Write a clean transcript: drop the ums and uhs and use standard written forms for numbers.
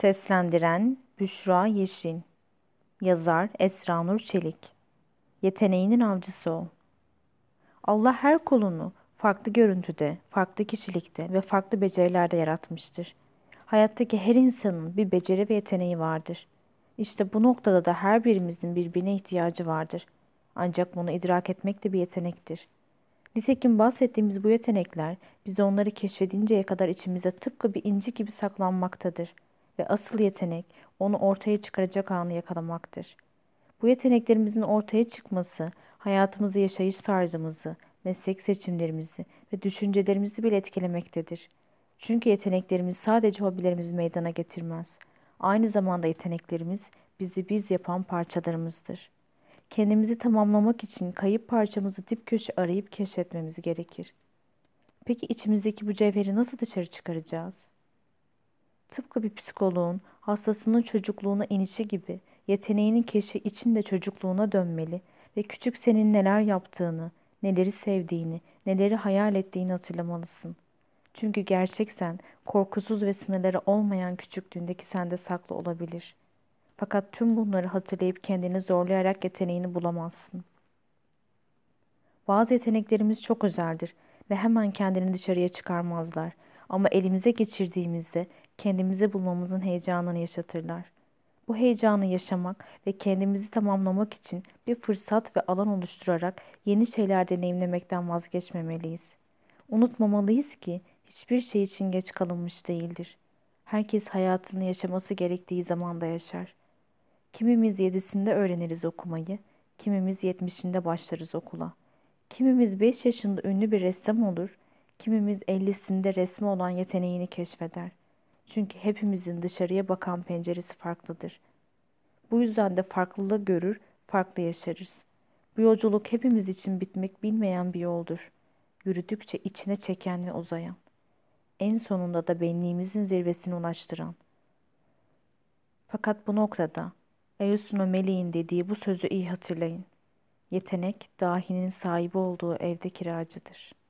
Seslendiren Büşra Yeşil. Yazar Esra Nur Çelik. Yeteneğinin avcısı ol. Allah her kulunu farklı görüntüde, farklı kişilikte ve farklı becerilerde yaratmıştır. Hayattaki her insanın bir beceri ve yeteneği vardır. İşte bu noktada da her birimizin birbirine ihtiyacı vardır. Ancak bunu idrak etmek de bir yetenektir. Nitekim bahsettiğimiz bu yetenekler biz onları keşfedinceye kadar içimize tıpkı bir inci gibi saklanmaktadır. Ve asıl yetenek onu ortaya çıkaracak anı yakalamaktır. Bu yeteneklerimizin ortaya çıkması hayatımızı, yaşayış tarzımızı, meslek seçimlerimizi ve düşüncelerimizi bile etkilemektedir. Çünkü yeteneklerimiz sadece hobilerimizi meydana getirmez. Aynı zamanda yeteneklerimiz bizi biz yapan parçalarımızdır. Kendimizi tamamlamak için kayıp parçamızı dip köşe arayıp keşfetmemiz gerekir. Peki içimizdeki bu cevheri nasıl dışarı çıkaracağız? Tıpkı bir psikoloğun hastasının çocukluğuna inişi gibi yeteneğinin keşfi için de çocukluğuna dönmeli ve küçük senin neler yaptığını, neleri sevdiğini, neleri hayal ettiğini hatırlamalısın. Çünkü gerçek sen korkusuz ve sınırları olmayan küçüklüğündeki sende saklı olabilir. Fakat tüm bunları hatırlayıp kendini zorlayarak yeteneğini bulamazsın. Bazı yeteneklerimiz çok özeldir ve hemen kendini dışarıya çıkarmazlar. Ama elimize geçirdiğimizde kendimizi bulmamızın heyecanını yaşatırlar. Bu heyecanı yaşamak ve kendimizi tamamlamak için bir fırsat ve alan oluşturarak yeni şeyler deneyimlemekten vazgeçmemeliyiz. Unutmamalıyız ki hiçbir şey için geç kalınmış değildir. Herkes hayatını yaşaması gerektiği zamanda yaşar. Kimimiz 7'sinde öğreniriz okumayı, kimimiz 70'inde başlarız okula. Kimimiz 5 yaşında ünlü bir ressam olur, kimimiz 50'sinde resme olan yeteneğini keşfeder. Çünkü hepimizin dışarıya bakan penceresi farklıdır. Bu yüzden de farklılığı görür, farklı yaşarız. Bu yolculuk hepimiz için bitmek bilmeyen bir yoldur. Yürüdükçe içine çeken ve uzayan. En sonunda da benliğimizin zirvesine ulaştıran. Fakat bu noktada Eusun O'Malley'in dediği bu sözü iyi hatırlayın. Yetenek, dahinin sahibi olduğu evde kiracıdır.